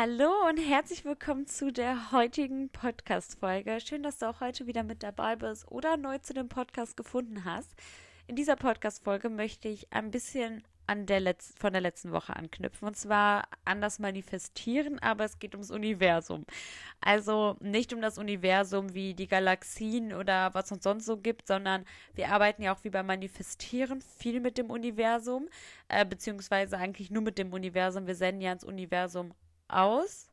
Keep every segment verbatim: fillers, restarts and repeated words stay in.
Hallo und herzlich willkommen zu der heutigen Podcast-Folge. Schön, dass du auch heute wieder mit dabei bist oder neu zu dem Podcast gefunden hast. In dieser Podcast-Folge möchte ich ein bisschen an der Letz- von der letzten Woche anknüpfen. Und zwar an das Manifestieren, aber es geht ums Universum. Also nicht um das Universum wie die Galaxien oder was es sonst so gibt, sondern wir arbeiten ja auch wie beim Manifestieren viel mit dem Universum, äh, beziehungsweise eigentlich nur mit dem Universum. Wir senden ja ins Universum aus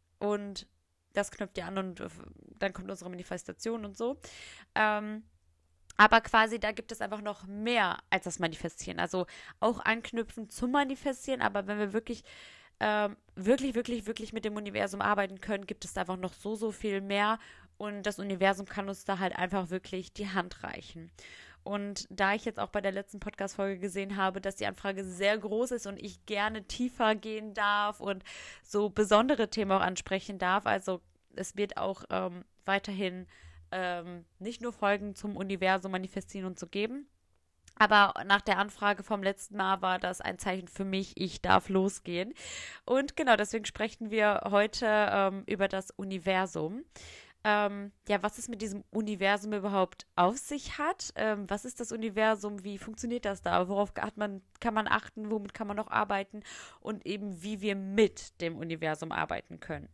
und das knüpft ja an und äh, dann kommt unsere Manifestation und so. Ähm, aber quasi, da gibt es einfach noch mehr als das Manifestieren. Also auch anknüpfen zum Manifestieren, aber wenn wir wirklich, ähm, wirklich, wirklich, wirklich mit dem Universum arbeiten können, gibt es da einfach noch so, so viel mehr. Und das Universum kann uns da halt einfach wirklich die Hand reichen. Und da ich jetzt auch bei der letzten Podcast-Folge gesehen habe, dass die Anfrage sehr groß ist und ich gerne tiefer gehen darf und so besondere Themen auch ansprechen darf, also es wird auch ähm, weiterhin ähm, nicht nur Folgen zum Universum manifestieren und so geben. Aber nach der Anfrage vom letzten Mal war das ein Zeichen für mich, ich darf losgehen. Und genau, deswegen sprechen wir heute ähm, über das Universum. Ähm, ja, was es mit diesem Universum überhaupt auf sich hat. Ähm, was ist das Universum? Wie funktioniert das da? Worauf hat man, kann man achten? Womit kann man noch arbeiten? Und eben, wie wir mit dem Universum arbeiten können.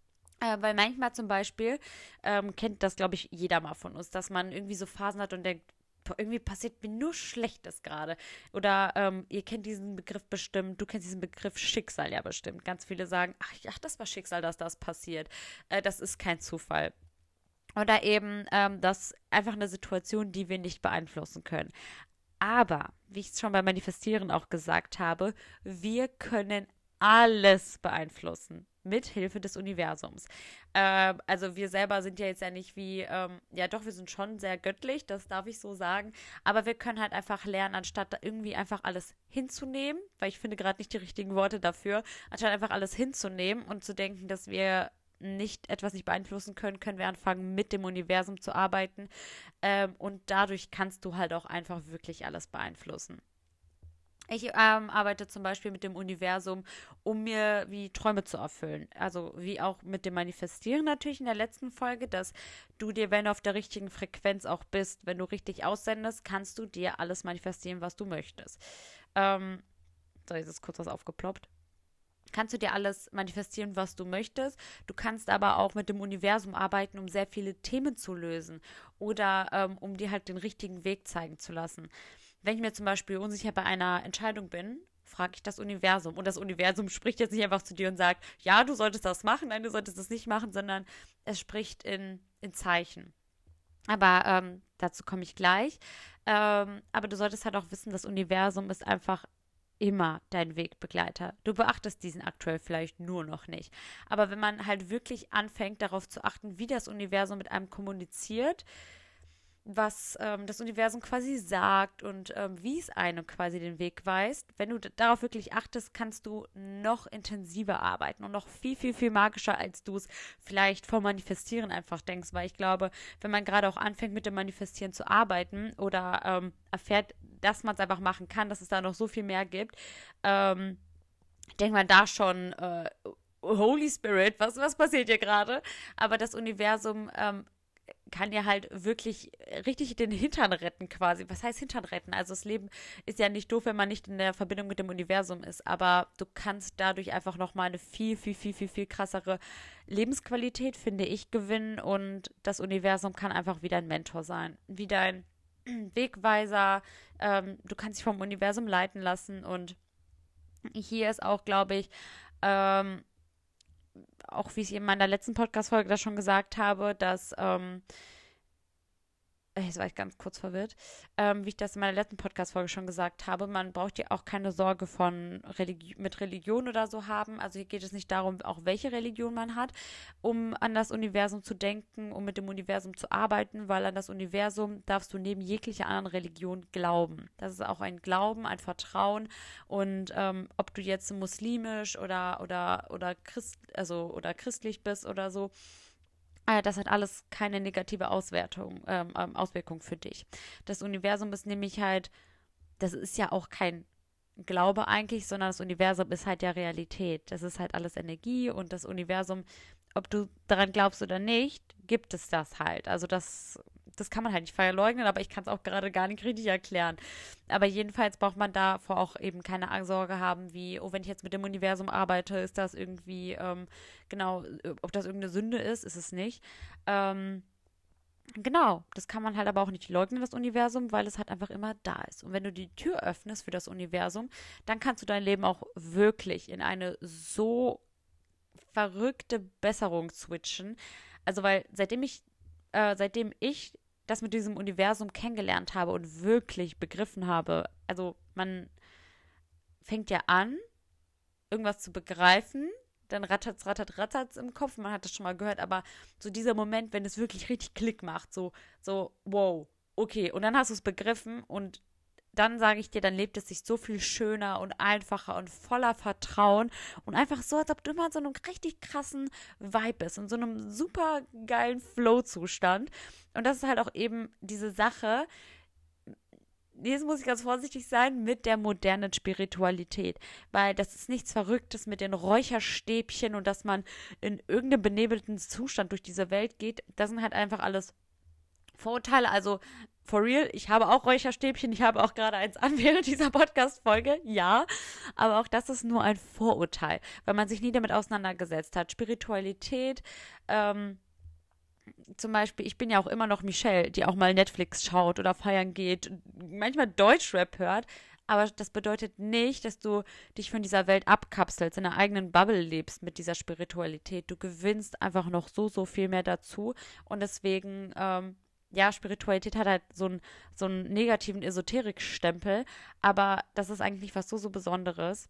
Äh, weil manchmal zum Beispiel, ähm, kennt das, glaube ich, jeder mal von uns, dass man irgendwie so Phasen hat und denkt, boah, irgendwie passiert mir nur Schlechtes gerade. Oder ähm, ihr kennt diesen Begriff bestimmt, du kennst diesen Begriff Schicksal ja bestimmt. Ganz viele sagen, ach, ach das war Schicksal, dass das passiert. Äh, das ist kein Zufall. Oder eben, ähm, das ist einfach eine Situation, die wir nicht beeinflussen können. Aber, wie ich es schon beim Manifestieren auch gesagt habe, wir können alles beeinflussen mit Hilfe des Universums. Ähm, also wir selber sind ja jetzt ja nicht wie, ähm, ja doch, wir sind schon sehr göttlich, das darf ich so sagen, aber wir können halt einfach lernen, anstatt da irgendwie einfach alles hinzunehmen, weil ich finde gerade nicht die richtigen Worte dafür, anstatt einfach alles hinzunehmen und zu denken, dass wir nicht etwas nicht beeinflussen können, können wir anfangen, mit dem Universum zu arbeiten. Ähm, und dadurch kannst du halt auch einfach wirklich alles beeinflussen. Ich ähm, arbeite zum Beispiel mit dem Universum, um mir wie Träume zu erfüllen. Also wie auch mit dem Manifestieren natürlich in der letzten Folge, dass du dir, wenn du auf der richtigen Frequenz auch bist, wenn du richtig aussendest, kannst du dir alles manifestieren, was du möchtest. Ähm, so, jetzt ist kurz was aufgeploppt. Kannst du dir alles manifestieren, was du möchtest. Du kannst aber auch mit dem Universum arbeiten, um sehr viele Themen zu lösen oder ähm, um dir halt den richtigen Weg zeigen zu lassen. Wenn ich mir zum Beispiel unsicher bei einer Entscheidung bin, frage ich das Universum. Und das Universum spricht jetzt nicht einfach zu dir und sagt, ja, du solltest das machen, nein, du solltest das nicht machen, sondern es spricht in, in Zeichen. Aber ähm, dazu komme ich gleich. Ähm, aber du solltest halt auch wissen, das Universum ist einfach immer dein Wegbegleiter. Du beachtest diesen aktuell vielleicht nur noch nicht. Aber wenn man halt wirklich anfängt, darauf zu achten, wie das Universum mit einem kommuniziert, was ähm, das Universum quasi sagt und ähm, wie es einem quasi den Weg weist. Wenn du d- darauf wirklich achtest, kannst du noch intensiver arbeiten und noch viel, viel, viel magischer, als du es vielleicht vom Manifestieren einfach denkst. Weil ich glaube, wenn man gerade auch anfängt, mit dem Manifestieren zu arbeiten oder ähm, erfährt, dass man es einfach machen kann, dass es da noch so viel mehr gibt, ähm, denkt man da schon, äh, Holy Spirit, was, was passiert hier gerade? Aber das Universum ähm, kann dir halt wirklich richtig den Hintern retten quasi. Was heißt Hintern retten? Also das Leben ist ja nicht doof, wenn man nicht in der Verbindung mit dem Universum ist, aber du kannst dadurch einfach nochmal eine viel, viel, viel, viel, viel krassere Lebensqualität, finde ich, gewinnen und das Universum kann einfach wie dein Mentor sein, wie dein Wegweiser. Ähm, du kannst dich vom Universum leiten lassen und hier ist auch, glaube ich, ähm, auch wie ich in meiner letzten Podcast-Folge das schon gesagt habe, dass ähm, jetzt war ich ganz kurz verwirrt, ähm, wie ich das in meiner letzten Podcast-Folge schon gesagt habe, man braucht ja auch keine Sorge von Religi mit Religion oder so haben. Also hier geht es nicht darum, auch welche Religion man hat, um an das Universum zu denken, um mit dem Universum zu arbeiten, weil an das Universum darfst du neben jeglicher anderen Religion glauben. Das ist auch ein Glauben, ein Vertrauen und ähm, ob du jetzt muslimisch oder oder oder Christ, also oder christlich bist oder so, äh, das hat alles keine negative Auswertung, ähm, ähm, Auswirkung für dich. Das Universum ist nämlich halt, das ist ja auch kein Glaube eigentlich, sondern das Universum ist halt ja Realität. Das ist halt alles Energie und das Universum, ob du daran glaubst oder nicht, gibt es das halt. Also das, das kann man halt nicht verleugnen, aber ich kann es auch gerade gar nicht richtig erklären. Aber jedenfalls braucht man davor auch eben keine Sorge haben, wie, oh, wenn ich jetzt mit dem Universum arbeite, ist das irgendwie, ähm, genau, ob das irgendeine Sünde ist, ist es nicht. Ähm, Genau, das kann man halt aber auch nicht leugnen, das Universum, weil es halt einfach immer da ist. Und wenn du die Tür öffnest für das Universum, dann kannst du dein Leben auch wirklich in eine so verrückte Besserung switchen. Also, weil seitdem ich, äh, seitdem ich das mit diesem Universum kennengelernt habe und wirklich begriffen habe, also man fängt ja an, irgendwas zu begreifen, dann rattert's, rattert, rattert's im Kopf, man hat das schon mal gehört, aber so dieser Moment, wenn es wirklich richtig Klick macht, so, so, wow, okay, und dann hast du es begriffen und dann sage ich dir, dann lebt es sich so viel schöner und einfacher und voller Vertrauen und einfach so, als ob du immer in so einem richtig krassen Vibe bist, in so einem super geilen Flow-Zustand. Und das ist halt auch eben diese Sache, jetzt muss ich ganz vorsichtig sein, mit der modernen Spiritualität. Weil das ist nichts Verrücktes mit den Räucherstäbchen und dass man in irgendeinem benebelten Zustand durch diese Welt geht. Das sind halt einfach alles Vorurteile. Also, for real, ich habe auch Räucherstäbchen. Ich habe auch gerade eins an während dieser Podcast-Folge. Ja, aber auch das ist nur ein Vorurteil, weil man sich nie damit auseinandergesetzt hat. Spiritualität, ähm, zum Beispiel, ich bin ja auch immer noch Michelle, die auch mal Netflix schaut oder feiern geht, manchmal Deutschrap hört, aber das bedeutet nicht, dass du dich von dieser Welt abkapselst, in einer eigenen Bubble lebst mit dieser Spiritualität. Du gewinnst einfach noch so, so viel mehr dazu und deswegen, ähm, ja, Spiritualität hat halt so einen, so einen negativen Esoterik-Stempel, aber das ist eigentlich was so, so Besonderes.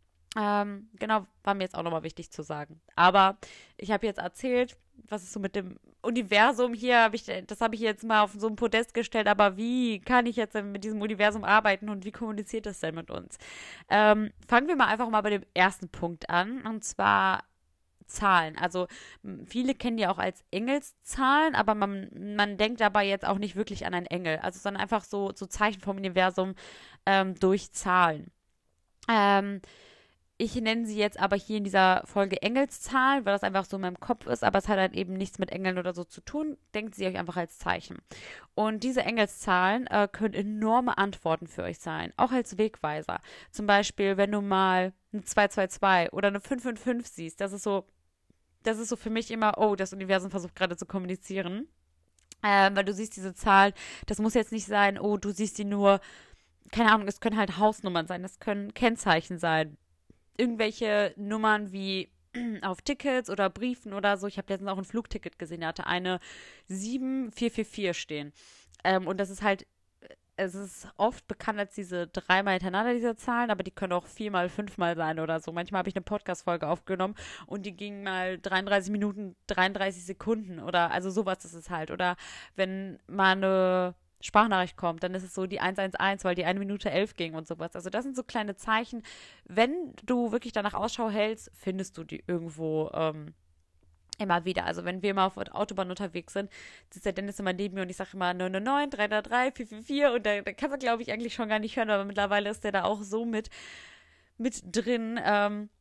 Ähm, genau, war mir jetzt auch nochmal wichtig zu sagen. Aber ich habe jetzt erzählt, was ist so mit dem Universum hier, hab ich, das habe ich jetzt mal auf so ein Podest gestellt, aber wie kann ich jetzt denn mit diesem Universum arbeiten und wie kommuniziert das denn mit uns? Ähm, fangen wir mal einfach mal bei dem ersten Punkt an, und zwar Zahlen. Also m, viele kennen die auch als Engelszahlen, aber man, man denkt dabei jetzt auch nicht wirklich an einen Engel, also sondern einfach so, so Zeichen vom Universum ähm, durch Zahlen. Ähm, Ich nenne sie jetzt aber hier in dieser Folge Engelszahlen, weil das einfach so in meinem Kopf ist, aber es hat halt eben nichts mit Engeln oder so zu tun. Denkt sie euch einfach als Zeichen. Und diese Engelszahlen äh, können enorme Antworten für euch sein, auch als Wegweiser. Zum Beispiel, wenn du mal eine zwei zwei zwei oder eine fünf fünf fünf siehst, das ist so, das ist so für mich immer, oh, das Universum versucht gerade zu kommunizieren. Ähm, weil du siehst diese Zahlen, das muss jetzt nicht sein, oh, du siehst die nur, keine Ahnung, es können halt Hausnummern sein, das können Kennzeichen sein, irgendwelche Nummern wie auf Tickets oder Briefen oder so. Ich habe letztens auch ein Flugticket gesehen, der hatte eine sieben vier vier vier stehen. Ähm, und das ist halt, es ist oft bekannt als diese dreimal hintereinander, diese Zahlen, aber die können auch viermal, fünfmal sein oder so. Manchmal habe ich eine Podcast-Folge aufgenommen und die ging mal dreiunddreißig Minuten, dreiunddreißig Sekunden oder, also sowas ist es halt. Oder wenn mal eine Sprachnachricht kommt, dann ist es so die eins eins eins, weil die eine Minute elf ging und sowas. Also das sind so kleine Zeichen. Wenn du wirklich danach Ausschau hältst, findest du die irgendwo ähm, immer wieder. Also wenn wir mal auf der Autobahn unterwegs sind, sitzt der Dennis immer neben mir und ich sage immer neun neun neun, drei drei drei, vier vier vier und da, da kann man, glaube ich, eigentlich schon gar nicht hören, aber mittlerweile ist der da auch so mit, mit drin. Ähm,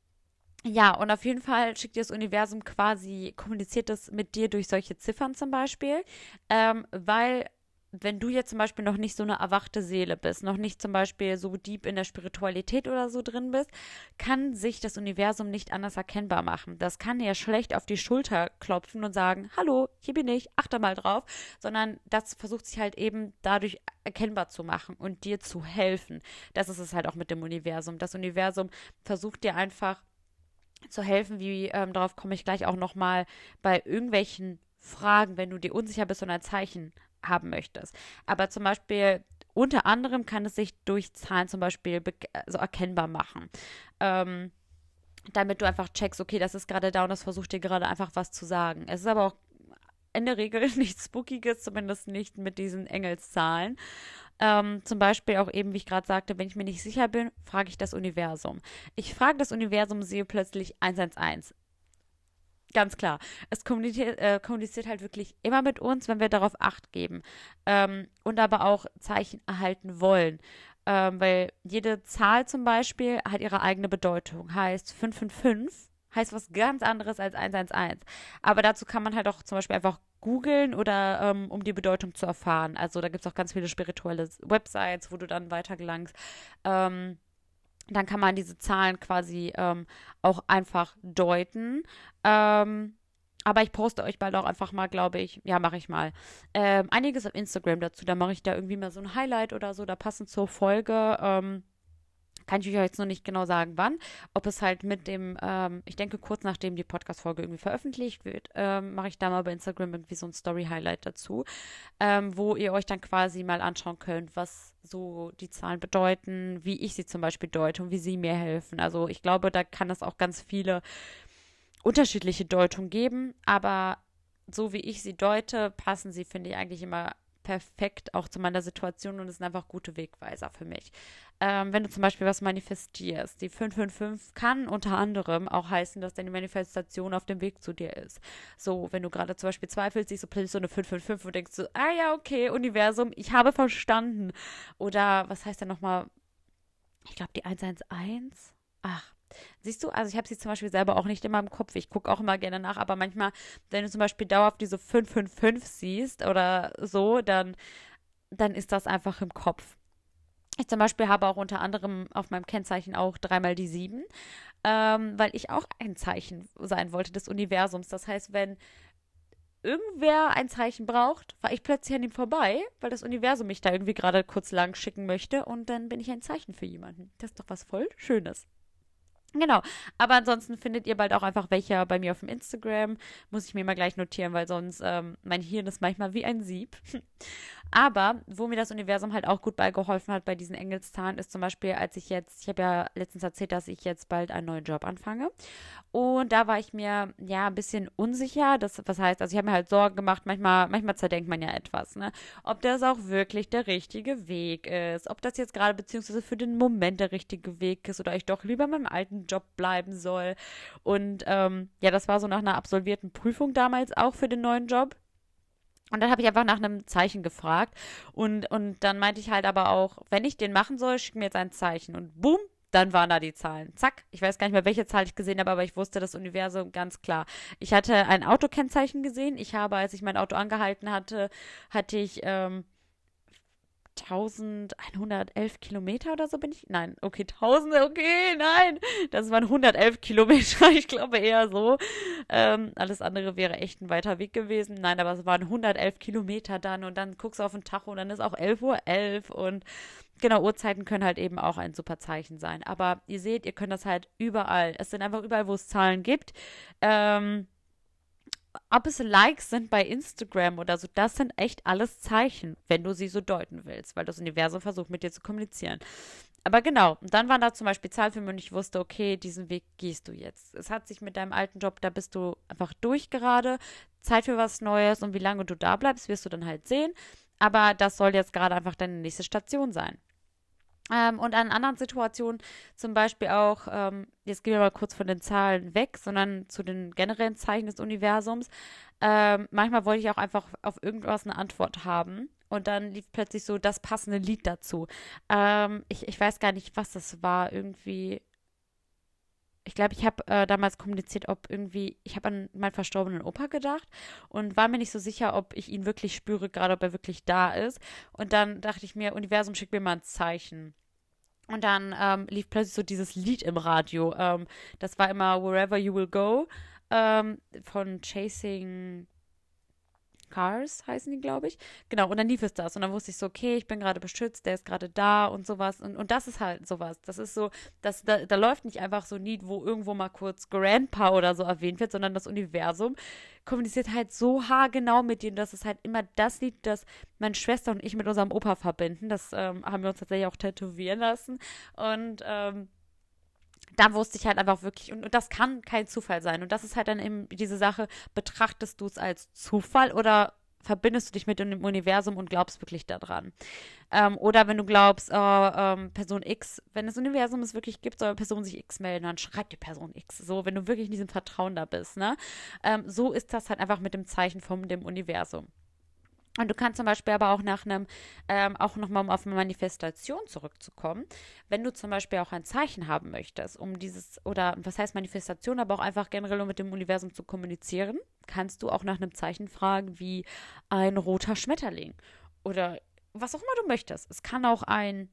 ja, und auf jeden Fall schickt dir das Universum quasi, kommuniziert das mit dir durch solche Ziffern zum Beispiel, ähm, weil wenn du jetzt zum Beispiel noch nicht so eine erwachte Seele bist, noch nicht zum Beispiel so deep in der Spiritualität oder so drin bist, kann sich das Universum nicht anders erkennbar machen. Das kann ja schlecht auf die Schulter klopfen und sagen, hallo, hier bin ich, achte mal drauf, sondern das versucht sich halt eben dadurch erkennbar zu machen und dir zu helfen. Das ist es halt auch mit dem Universum. Das Universum versucht dir einfach zu helfen, wie ähm, darauf komme ich gleich auch nochmal bei irgendwelchen Fragen, wenn du dir unsicher bist und ein Zeichen haben möchtest. Aber zum Beispiel, unter anderem kann es sich durch Zahlen zum Beispiel also erkennbar machen. Ähm, damit du einfach checkst, okay, das ist gerade da und das versucht dir gerade einfach was zu sagen. Es ist aber auch in der Regel nichts Spookiges, zumindest nicht mit diesen Engelszahlen. Ähm, zum Beispiel auch eben, wie ich gerade sagte, wenn ich mir nicht sicher bin, frage ich das Universum. Ich frage das Universum, sehe plötzlich eins eins eins. Ganz klar. Es kommuniziert, äh, kommuniziert halt wirklich immer mit uns, wenn wir darauf Acht geben. Ähm, und aber auch Zeichen erhalten wollen. ähm, weil jede Zahl zum Beispiel hat ihre eigene Bedeutung. Heißt fünf fünf fünf heißt was ganz anderes als eins eins eins. Aber dazu kann man halt auch zum Beispiel einfach googeln oder ähm, um die Bedeutung zu erfahren. Also da gibt es auch ganz viele spirituelle Websites, wo du dann weitergelangst. Ähm, dann kann man diese Zahlen quasi ähm, auch einfach deuten. Ähm, aber ich poste euch bald auch einfach mal, glaube ich, ja, mache ich mal, ähm, einiges auf Instagram dazu. Da mache ich da irgendwie mal so ein Highlight oder so, da passend zur Folge. Ähm, kann ich euch jetzt noch nicht genau sagen, wann. Ob es halt mit dem, ähm, ich denke, kurz nachdem die Podcast-Folge irgendwie veröffentlicht wird, ähm, mache ich da mal bei Instagram irgendwie so ein Story-Highlight dazu, ähm, wo ihr euch dann quasi mal anschauen könnt, was so die Zahlen bedeuten, wie ich sie zum Beispiel deute und wie sie mir helfen. Also ich glaube, da kann es auch ganz viele unterschiedliche Deutungen geben, aber so wie ich sie deute, passen sie, finde ich, eigentlich immer perfekt auch zu meiner Situation und es sind einfach gute Wegweiser für mich. Ähm, wenn du zum Beispiel was manifestierst, die fünf fünf fünf kann unter anderem auch heißen, dass deine Manifestation auf dem Weg zu dir ist. So, wenn du gerade zum Beispiel zweifelst, siehst du plötzlich so eine fünf fünf fünf und denkst so, ah ja, okay, Universum, ich habe verstanden. Oder was heißt denn nochmal, ich glaube die eins eins eins? Ach, siehst du, also ich habe sie zum Beispiel selber auch nicht immer im Kopf. Ich gucke auch immer gerne nach, aber manchmal, wenn du zum Beispiel dauerhaft diese fünf fünf fünf siehst oder so, dann, dann ist das einfach im Kopf. Ich zum Beispiel habe auch unter anderem auf meinem Kennzeichen auch dreimal die sieben, ähm, weil ich auch ein Zeichen sein wollte des Universums. Das heißt, wenn irgendwer ein Zeichen braucht, war ich plötzlich an ihm vorbei, weil das Universum mich da irgendwie gerade kurz lang schicken möchte und dann bin ich ein Zeichen für jemanden. Das ist doch was voll Schönes. Genau, aber ansonsten findet ihr bald auch einfach welche bei mir auf dem Instagram. Muss ich mir mal gleich notieren, weil sonst ähm, mein Hirn ist manchmal wie ein Sieb. Aber wo mir das Universum halt auch gut beigeholfen hat bei diesen Engelszahlen, ist zum Beispiel, als ich jetzt, ich habe ja letztens erzählt, dass ich jetzt bald einen neuen Job anfange. Und da war ich mir ja ein bisschen unsicher. Das, was heißt, also ich habe mir halt Sorgen gemacht, manchmal, manchmal zerdenkt man ja etwas, ne? Ob das auch wirklich der richtige Weg ist, ob das jetzt gerade beziehungsweise für den Moment der richtige Weg ist oder ich doch lieber in meinem alten Job bleiben soll. Und ähm, ja, das war so nach einer absolvierten Prüfung damals auch für den neuen Job. Und dann habe ich einfach nach einem Zeichen gefragt. Und, und dann meinte ich halt aber auch, wenn ich den machen soll, schick mir jetzt ein Zeichen. Und boom, dann waren da die Zahlen. Zack. Ich weiß gar nicht mehr, welche Zahl ich gesehen habe, aber ich wusste das Universum ganz klar. Ich hatte ein Autokennzeichen gesehen. Ich habe, als ich mein Auto angehalten hatte, hatte ich ähm, elf Kilometer oder so bin ich. Nein, okay, tausende, okay, nein. Das waren hundertelf Kilometer, ich glaube eher so. Ähm, alles andere wäre echt ein weiter Weg gewesen. Nein, aber es waren hundertelf Kilometer dann und dann guckst du auf den Tacho und dann ist auch elf Uhr elf und genau, Uhrzeiten können halt eben auch ein super Zeichen sein. Aber ihr seht, ihr könnt das halt überall. Es sind einfach überall, wo es Zahlen gibt. Ähm, ob es Likes sind bei Instagram oder so, das sind echt alles Zeichen, wenn du sie so deuten willst, weil das Universum versucht mit dir zu kommunizieren. Aber genau, dann waren da zum Beispiel Zahlen für mich und ich wusste, okay, diesen Weg gehst du jetzt. Es hat sich mit deinem alten Job, da bist du einfach durch gerade, Zeit für was Neues und wie lange du da bleibst, wirst du dann halt sehen. Aber das soll jetzt gerade einfach deine nächste Station sein. Ähm, und an anderen Situationen, zum Beispiel auch, ähm, jetzt gehen wir mal kurz von den Zahlen weg, sondern zu den generellen Zeichen des Universums. Ähm, manchmal wollte ich auch einfach auf irgendwas eine Antwort haben. Und dann lief plötzlich so das passende Lied dazu. Ähm, ich, ich weiß gar nicht, was das war. Irgendwie, ich glaube, ich habe äh, damals kommuniziert, ob irgendwie, ich habe an meinen verstorbenen Opa gedacht und war mir nicht so sicher, ob ich ihn wirklich spüre, gerade ob er wirklich da ist. Und dann dachte ich mir, Universum, schick mir mal ein Zeichen. Und dann ähm, lief plötzlich so dieses Lied im Radio. Ähm, das war immer Wherever You Will Go ähm, von Chasing Cars heißen die, glaube ich. Genau, und dann lief es das. Und dann wusste ich so, okay, ich bin gerade beschützt, der ist gerade da und sowas. Und, und das ist halt sowas. Das ist so, das, da, da läuft nicht einfach so ein Lied, wo irgendwo mal kurz Grandpa oder so erwähnt wird, sondern das Universum kommuniziert halt so haargenau mit dir. Und das ist halt immer das Lied, das meine Schwester und ich mit unserem Opa verbinden. Das ähm, haben wir uns tatsächlich auch tätowieren lassen. Und ähm, da wusste ich halt einfach wirklich, und, und das kann kein Zufall sein. Und das ist halt dann eben diese Sache, betrachtest du es als Zufall oder verbindest du dich mit dem Universum und glaubst wirklich daran? Ähm, oder wenn du glaubst, oh, ähm, Person X, wenn das Universum es wirklich gibt, soll Person sich X melden, dann schreibt die Person X. So, wenn du wirklich in diesem Vertrauen da bist, ne? Ähm, so ist das halt einfach mit dem Zeichen von dem Universum. Und du kannst zum Beispiel aber auch nach einem, ähm, auch nochmal um auf eine Manifestation zurückzukommen, wenn du zum Beispiel auch ein Zeichen haben möchtest, um dieses, oder was heißt Manifestation, aber auch einfach generell, um mit dem Universum zu kommunizieren, kannst du auch nach einem Zeichen fragen, wie ein roter Schmetterling oder was auch immer du möchtest. Es kann auch ein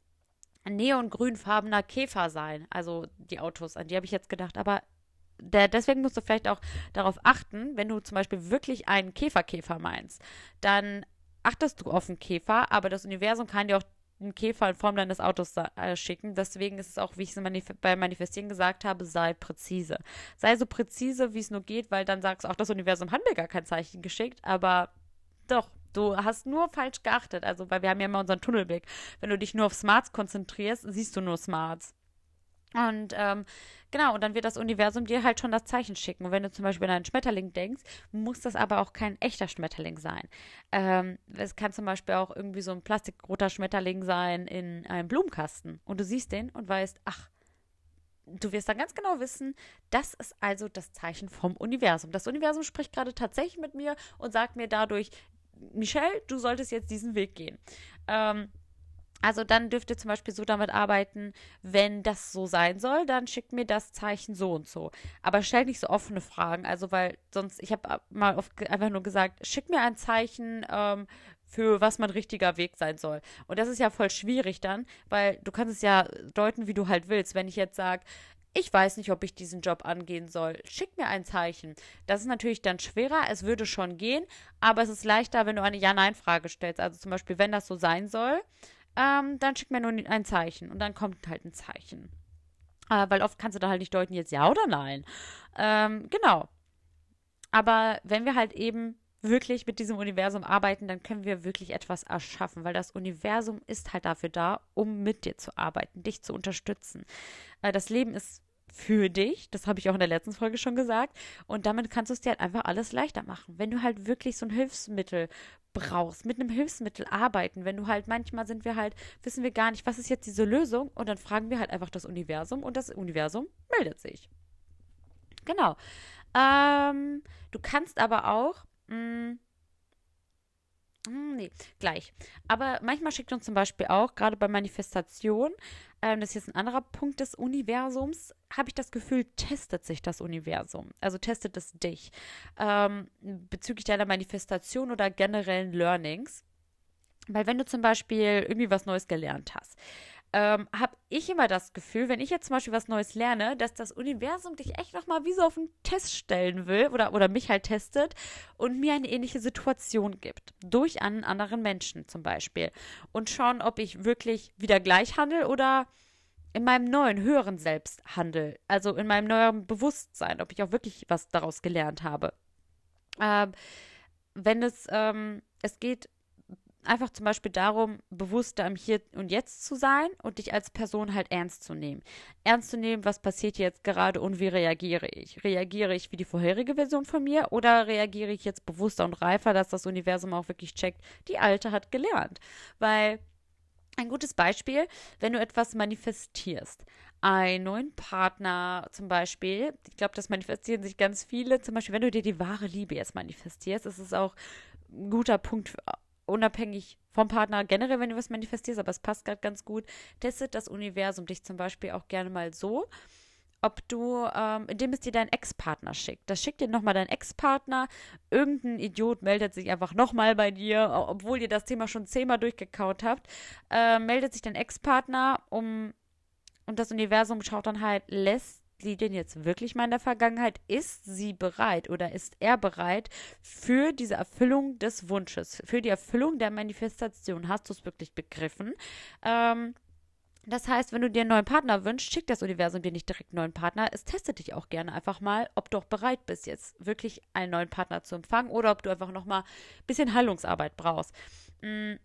neongrünfarbener Käfer sein, also die Autos, an die habe ich jetzt gedacht, aber der, deswegen musst du vielleicht auch darauf achten, wenn du zum Beispiel wirklich einen Käferkäfer meinst, dann achtest du auf den Käfer, aber das Universum kann dir auch einen Käfer in Form deines Autos äh, schicken. Deswegen ist es auch, wie ich es manif- beim Manifestieren gesagt habe, sei präzise. Sei so präzise, wie es nur geht, weil dann sagst du auch, das Universum hat mir gar kein Zeichen geschickt, aber doch, du hast nur falsch geachtet. Also, weil wir haben ja immer unseren Tunnelblick. Wenn du dich nur auf Smarts konzentrierst, siehst du nur Smarts. Und ähm, genau, und dann wird das Universum dir halt schon das Zeichen schicken. Und wenn du zum Beispiel an einen Schmetterling denkst, muss das aber auch kein echter Schmetterling sein. Ähm, es kann zum Beispiel auch irgendwie so ein plastikroter Schmetterling sein in einem Blumenkasten. Und du siehst den und weißt, ach, du wirst dann ganz genau wissen, das ist also das Zeichen vom Universum. Das Universum spricht gerade tatsächlich mit mir und sagt mir dadurch, Michelle, du solltest jetzt diesen Weg gehen. Ähm, also dann dürft ihr zum Beispiel so damit arbeiten, wenn das so sein soll, dann schickt mir das Zeichen so und so. Aber stellt nicht so offene Fragen, also weil sonst, ich habe mal oft einfach nur gesagt, schick mir ein Zeichen, ähm, für was mein richtiger Weg sein soll. Und das ist ja voll schwierig dann, weil du kannst es ja deuten, wie du halt willst. Wenn ich jetzt sage, ich weiß nicht, ob ich diesen Job angehen soll. Schick mir ein Zeichen. Das ist natürlich dann schwerer. Es würde schon gehen, aber es ist leichter, wenn du eine Ja-Nein-Frage stellst. Also zum Beispiel, wenn das so sein soll, ähm, dann schick mir nur ein Zeichen und dann kommt halt ein Zeichen. Äh, weil oft kannst du da halt nicht deuten, jetzt ja oder nein. Ähm, genau. Aber wenn wir halt eben wirklich mit diesem Universum arbeiten, dann können wir wirklich etwas erschaffen, weil das Universum ist halt dafür da, um mit dir zu arbeiten, dich zu unterstützen. Äh, das Leben ist für dich, das habe ich auch in der letzten Folge schon gesagt, und damit kannst du es dir halt einfach alles leichter machen. Wenn du halt wirklich so ein Hilfsmittel brauchst, mit einem Hilfsmittel arbeiten, wenn du halt, manchmal sind wir halt, wissen wir gar nicht, was ist jetzt diese Lösung, und dann fragen wir halt einfach das Universum und das Universum meldet sich. Genau. Ähm, du kannst aber auch, mh, hm, nee, gleich. Aber manchmal schickt uns zum Beispiel auch, gerade bei Manifestation, ähm, das ist jetzt ein anderer Punkt des Universums, habe ich das Gefühl, testet sich das Universum. Also testet es dich. Ähm, bezüglich deiner Manifestation oder generellen Learnings. Weil wenn du zum Beispiel irgendwie was Neues gelernt hast, ähm, habe ich immer das Gefühl, wenn ich jetzt zum Beispiel was Neues lerne, dass das Universum dich echt nochmal wie so auf einen Test stellen will oder, oder mich halt testet und mir eine ähnliche Situation gibt. Durch einen anderen Menschen zum Beispiel. Und schauen, ob ich wirklich wieder gleich handle oder in meinem neuen, höheren Selbst handle. Also in meinem neuen Bewusstsein, ob ich auch wirklich was daraus gelernt habe. Ähm, wenn es, ähm, es geht einfach zum Beispiel darum, bewusster im Hier und Jetzt zu sein und dich als Person halt ernst zu nehmen. Ernst zu nehmen, was passiert jetzt gerade und wie reagiere ich? Reagiere ich wie die vorherige Version von mir oder reagiere ich jetzt bewusster und reifer, dass das Universum auch wirklich checkt, die Alte hat gelernt? Weil ein gutes Beispiel, wenn du etwas manifestierst, einen neuen Partner zum Beispiel, ich glaube, das manifestieren sich ganz viele, zum Beispiel, wenn du dir die wahre Liebe jetzt manifestierst, ist es auch ein guter Punkt, für, unabhängig vom Partner generell, wenn du was manifestierst, aber es passt gerade ganz gut, testet das Universum dich zum Beispiel auch gerne mal so, ob du, ähm, indem es dir dein Ex-Partner schickt. Das schickt dir nochmal dein Ex-Partner. Irgendein Idiot meldet sich einfach nochmal bei dir, obwohl ihr das Thema schon zehnmal durchgekaut habt. Äh, meldet sich dein Ex-Partner, um, und das Universum schaut dann halt, lässt sie denn jetzt wirklich mal in der Vergangenheit? Ist sie bereit oder ist er bereit für diese Erfüllung des Wunsches, für die Erfüllung der Manifestation? Hast du es wirklich begriffen? Ähm, Das heißt, wenn du dir einen neuen Partner wünschst, schickt das Universum dir nicht direkt einen neuen Partner. Es testet dich auch gerne einfach mal, ob du auch bereit bist, jetzt wirklich einen neuen Partner zu empfangen oder ob du einfach nochmal ein bisschen Heilungsarbeit brauchst. Mm,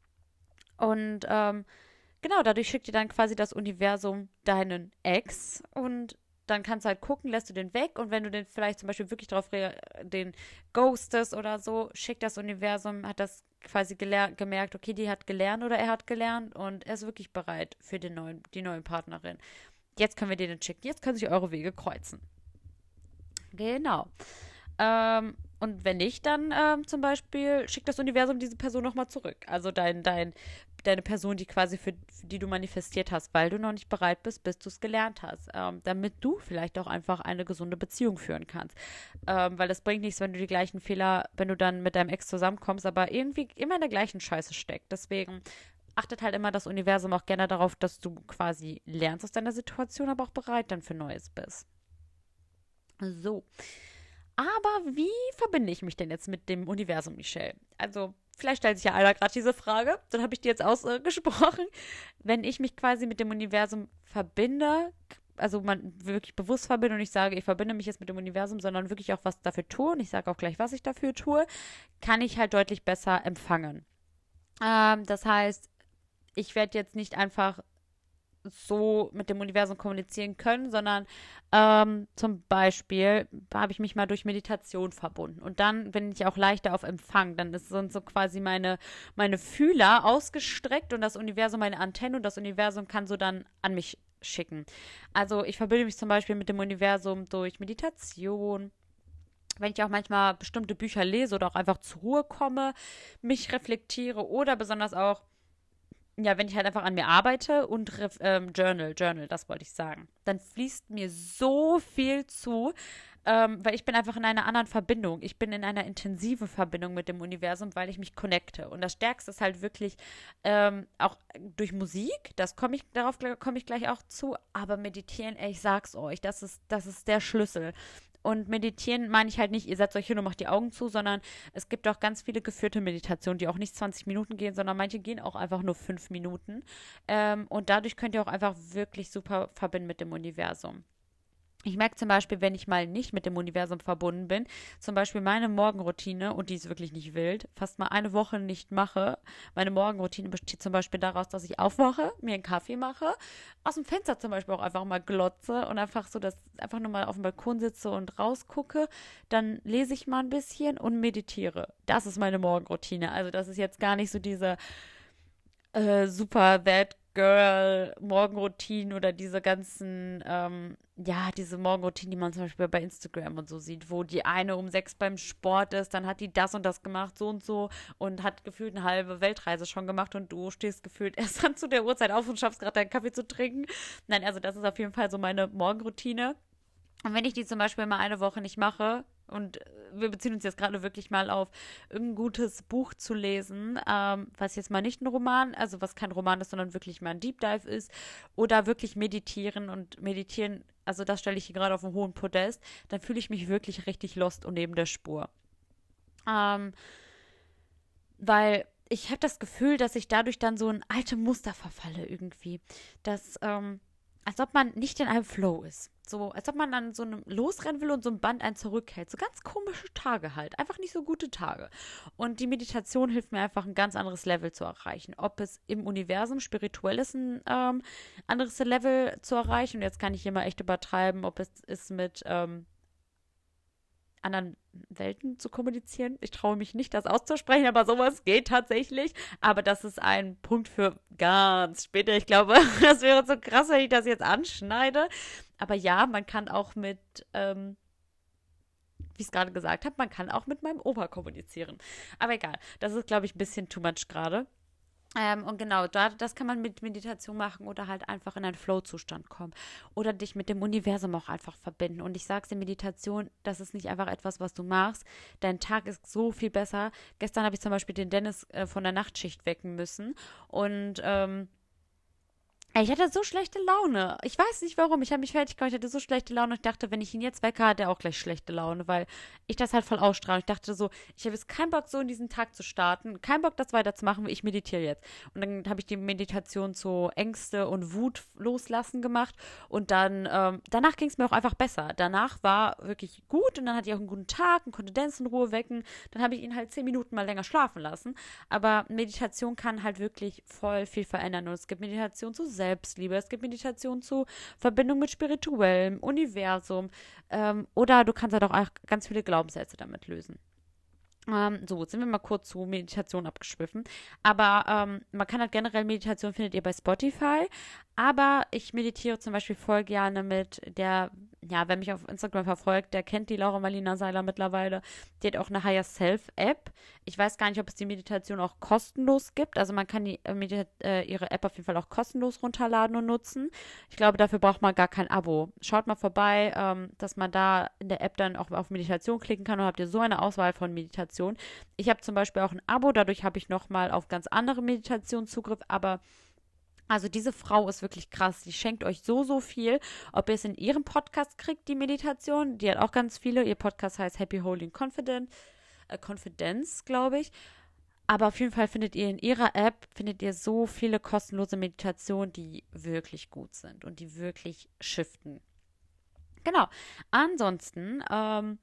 Und ähm, genau, dadurch schickt dir dann quasi das Universum deinen Ex und dann kannst du halt gucken, lässt du den weg und wenn du den vielleicht zum Beispiel wirklich drauf den ghostest oder so, schickt das Universum, hat das quasi gemerkt, okay, die hat gelernt oder er hat gelernt und er ist wirklich bereit für den neuen, die neue Partnerin. Jetzt können wir den schicken, jetzt können sich eure Wege kreuzen. Genau. Ähm, Und wenn nicht, dann ähm, zum Beispiel schickt das Universum diese Person nochmal zurück. Also dein, dein, deine Person, die quasi für, für die du manifestiert hast, weil du noch nicht bereit bist, bis du es gelernt hast. Ähm, damit du vielleicht auch einfach eine gesunde Beziehung führen kannst. Ähm, weil das bringt nichts, wenn du die gleichen Fehler, wenn du dann mit deinem Ex zusammenkommst, aber irgendwie immer in der gleichen Scheiße steckt. Deswegen achtet halt immer das Universum auch gerne darauf, dass du quasi lernst aus deiner Situation, aber auch bereit dann für Neues bist. So. Aber wie verbinde ich mich denn jetzt mit dem Universum, Michelle? Also, vielleicht stellt sich ja einer gerade diese Frage, dann habe ich die jetzt ausgesprochen. Wenn ich mich quasi mit dem Universum verbinde, also man wirklich bewusst verbinde und ich sage, ich verbinde mich jetzt mit dem Universum, sondern wirklich auch was dafür tue und ich sage auch gleich, was ich dafür tue, kann ich halt deutlich besser empfangen. Ähm, das heißt, ich werde jetzt nicht einfach so mit dem Universum kommunizieren können, sondern ähm, zum Beispiel habe ich mich mal durch Meditation verbunden und dann bin ich auch leichter auf Empfang. Dann sind so quasi meine, meine Fühler ausgestreckt und das Universum meine Antenne und das Universum kann so dann an mich schicken. Also ich verbinde mich zum Beispiel mit dem Universum durch Meditation, wenn ich auch manchmal bestimmte Bücher lese oder auch einfach zur Ruhe komme, mich reflektiere oder besonders auch ja, wenn ich halt einfach an mir arbeite und ähm, Journal, Journal, das wollte ich sagen, dann fließt mir so viel zu, ähm, weil ich bin einfach in einer anderen Verbindung. Ich bin in einer intensiven Verbindung mit dem Universum, weil ich mich connecte. Und das Stärkste ist halt wirklich ähm, auch durch Musik, das komme ich, darauf komme ich gleich auch zu, aber meditieren, ey, ich sag's euch, das ist, das ist der Schlüssel. Und meditieren meine ich halt nicht, ihr setzt euch hin und macht die Augen zu, sondern es gibt auch ganz viele geführte Meditationen, die auch nicht zwanzig Minuten gehen, sondern manche gehen auch einfach nur fünf Minuten. Ähm, und dadurch könnt ihr auch einfach wirklich super verbinden mit dem Universum. Ich merke zum Beispiel, wenn ich mal nicht mit dem Universum verbunden bin, zum Beispiel meine Morgenroutine, und die ist wirklich nicht wild, fast mal eine Woche nicht mache. Meine Morgenroutine besteht zum Beispiel daraus, dass ich aufwache, mir einen Kaffee mache, aus dem Fenster zum Beispiel auch einfach mal glotze und einfach so, dass einfach nur mal auf dem Balkon sitze und rausgucke. Dann lese ich mal ein bisschen und meditiere. Das ist meine Morgenroutine. Also das ist jetzt gar nicht so diese äh, super That Girl Morgenroutinen oder diese ganzen, ähm, ja, diese Morgenroutinen, die man zum Beispiel bei Instagram und so sieht, wo die eine um sechs beim Sport ist, dann hat die das und das gemacht, so und so und hat gefühlt eine halbe Weltreise schon gemacht und du stehst gefühlt erst dann zu der Uhrzeit auf und schaffst gerade deinen Kaffee zu trinken. Nein, also das ist auf jeden Fall so meine Morgenroutine. Und wenn ich die zum Beispiel mal eine Woche nicht mache, und wir beziehen uns jetzt gerade wirklich mal auf irgendein gutes Buch zu lesen, ähm, was jetzt mal nicht ein Roman, also was kein Roman ist, sondern wirklich mal ein Deep Dive ist, oder wirklich meditieren und meditieren, also das stelle ich hier gerade auf einen hohen Podest, dann fühle ich mich wirklich richtig lost und neben der Spur. Ähm, weil ich habe das Gefühl, dass ich dadurch dann so in alte Muster verfalle irgendwie, dass, ähm, als ob man nicht in einem Flow ist. So, als ob man dann so einem losrennen will und so ein Band einen zurückhält. So ganz komische Tage halt. Einfach nicht so gute Tage. Und die Meditation hilft mir einfach, ein ganz anderes Level zu erreichen. Ob es im Universum spirituell ist, ein ähm, anderes Level zu erreichen. Und jetzt kann ich hier mal echt übertreiben, ob es ist mit ähm, anderen Welten zu kommunizieren. Ich traue mich nicht, das auszusprechen, aber sowas geht tatsächlich. Aber das ist ein Punkt für ganz später. Ich glaube, das wäre so krass, wenn ich das jetzt anschneide. Aber ja, man kann auch mit, ähm, wie ich es gerade gesagt habe, man kann auch mit meinem Opa kommunizieren. Aber egal, das ist, glaube ich, ein bisschen too much gerade. Ähm, und genau, da, das kann man mit Meditation machen oder halt einfach in einen Flow-Zustand kommen. Oder dich mit dem Universum auch einfach verbinden. Und ich sag's dir, Meditation, das ist nicht einfach etwas, was du machst. Dein Tag ist so viel besser. Gestern habe ich zum Beispiel den Dennis äh, von der Nachtschicht wecken müssen. Und ähm, ich hatte so schlechte Laune. Ich weiß nicht warum. Ich habe mich fertig gemacht. Ich hatte so schlechte Laune. Ich dachte, wenn ich ihn jetzt wecke, hat er auch gleich schlechte Laune, weil ich das halt voll ausstrahle. Ich dachte so, ich habe jetzt keinen Bock, so in diesen Tag zu starten. Keinen Bock, das weiterzumachen, wie ich meditiere jetzt. Und dann habe ich die Meditation zu Ängste und Wut loslassen gemacht. Und dann, ähm, danach ging es mir auch einfach besser. Danach war wirklich gut und dann hatte ich auch einen guten Tag und konnte Dennis in Ruhe wecken. Dann habe ich ihn halt zehn Minuten mal länger schlafen lassen. Aber Meditation kann halt wirklich voll viel verändern. Und es gibt Meditation zu Selbstliebe, es gibt Meditation zu Verbindung mit spirituellem Universum ähm, oder du kannst halt auch ganz viele Glaubenssätze damit lösen. Ähm, so, jetzt sind wir mal kurz zu Meditation abgeschwiffen. Aber ähm, man kann halt generell Meditation findet ihr bei Spotify. Aber ich meditiere zum Beispiel voll gerne mit der ja, wer mich auf Instagram verfolgt, der kennt die Laura Marlina Seiler mittlerweile. Die hat auch eine Higher Self App. Ich weiß gar nicht, ob es die Meditation auch kostenlos gibt. Also man kann die, äh, Medita- äh, ihre App auf jeden Fall auch kostenlos runterladen und nutzen. Ich glaube, dafür braucht man gar kein Abo. Schaut mal vorbei, ähm, dass man da in der App dann auch auf Meditation klicken kann und habt ihr so eine Auswahl von Meditationen. Ich habe zum Beispiel auch ein Abo, dadurch habe ich nochmal auf ganz andere Meditationen Zugriff, aber also diese Frau ist wirklich krass. Die schenkt euch so, so viel. Ob ihr es in ihrem Podcast kriegt, die Meditation. Die hat auch ganz viele. Ihr Podcast heißt Happy, Holy and Confident. Äh, Confidence, glaube ich. Aber auf jeden Fall findet ihr in ihrer App, findet ihr so viele kostenlose Meditationen, die wirklich gut sind und die wirklich shiften. Genau. Ansonsten ähm,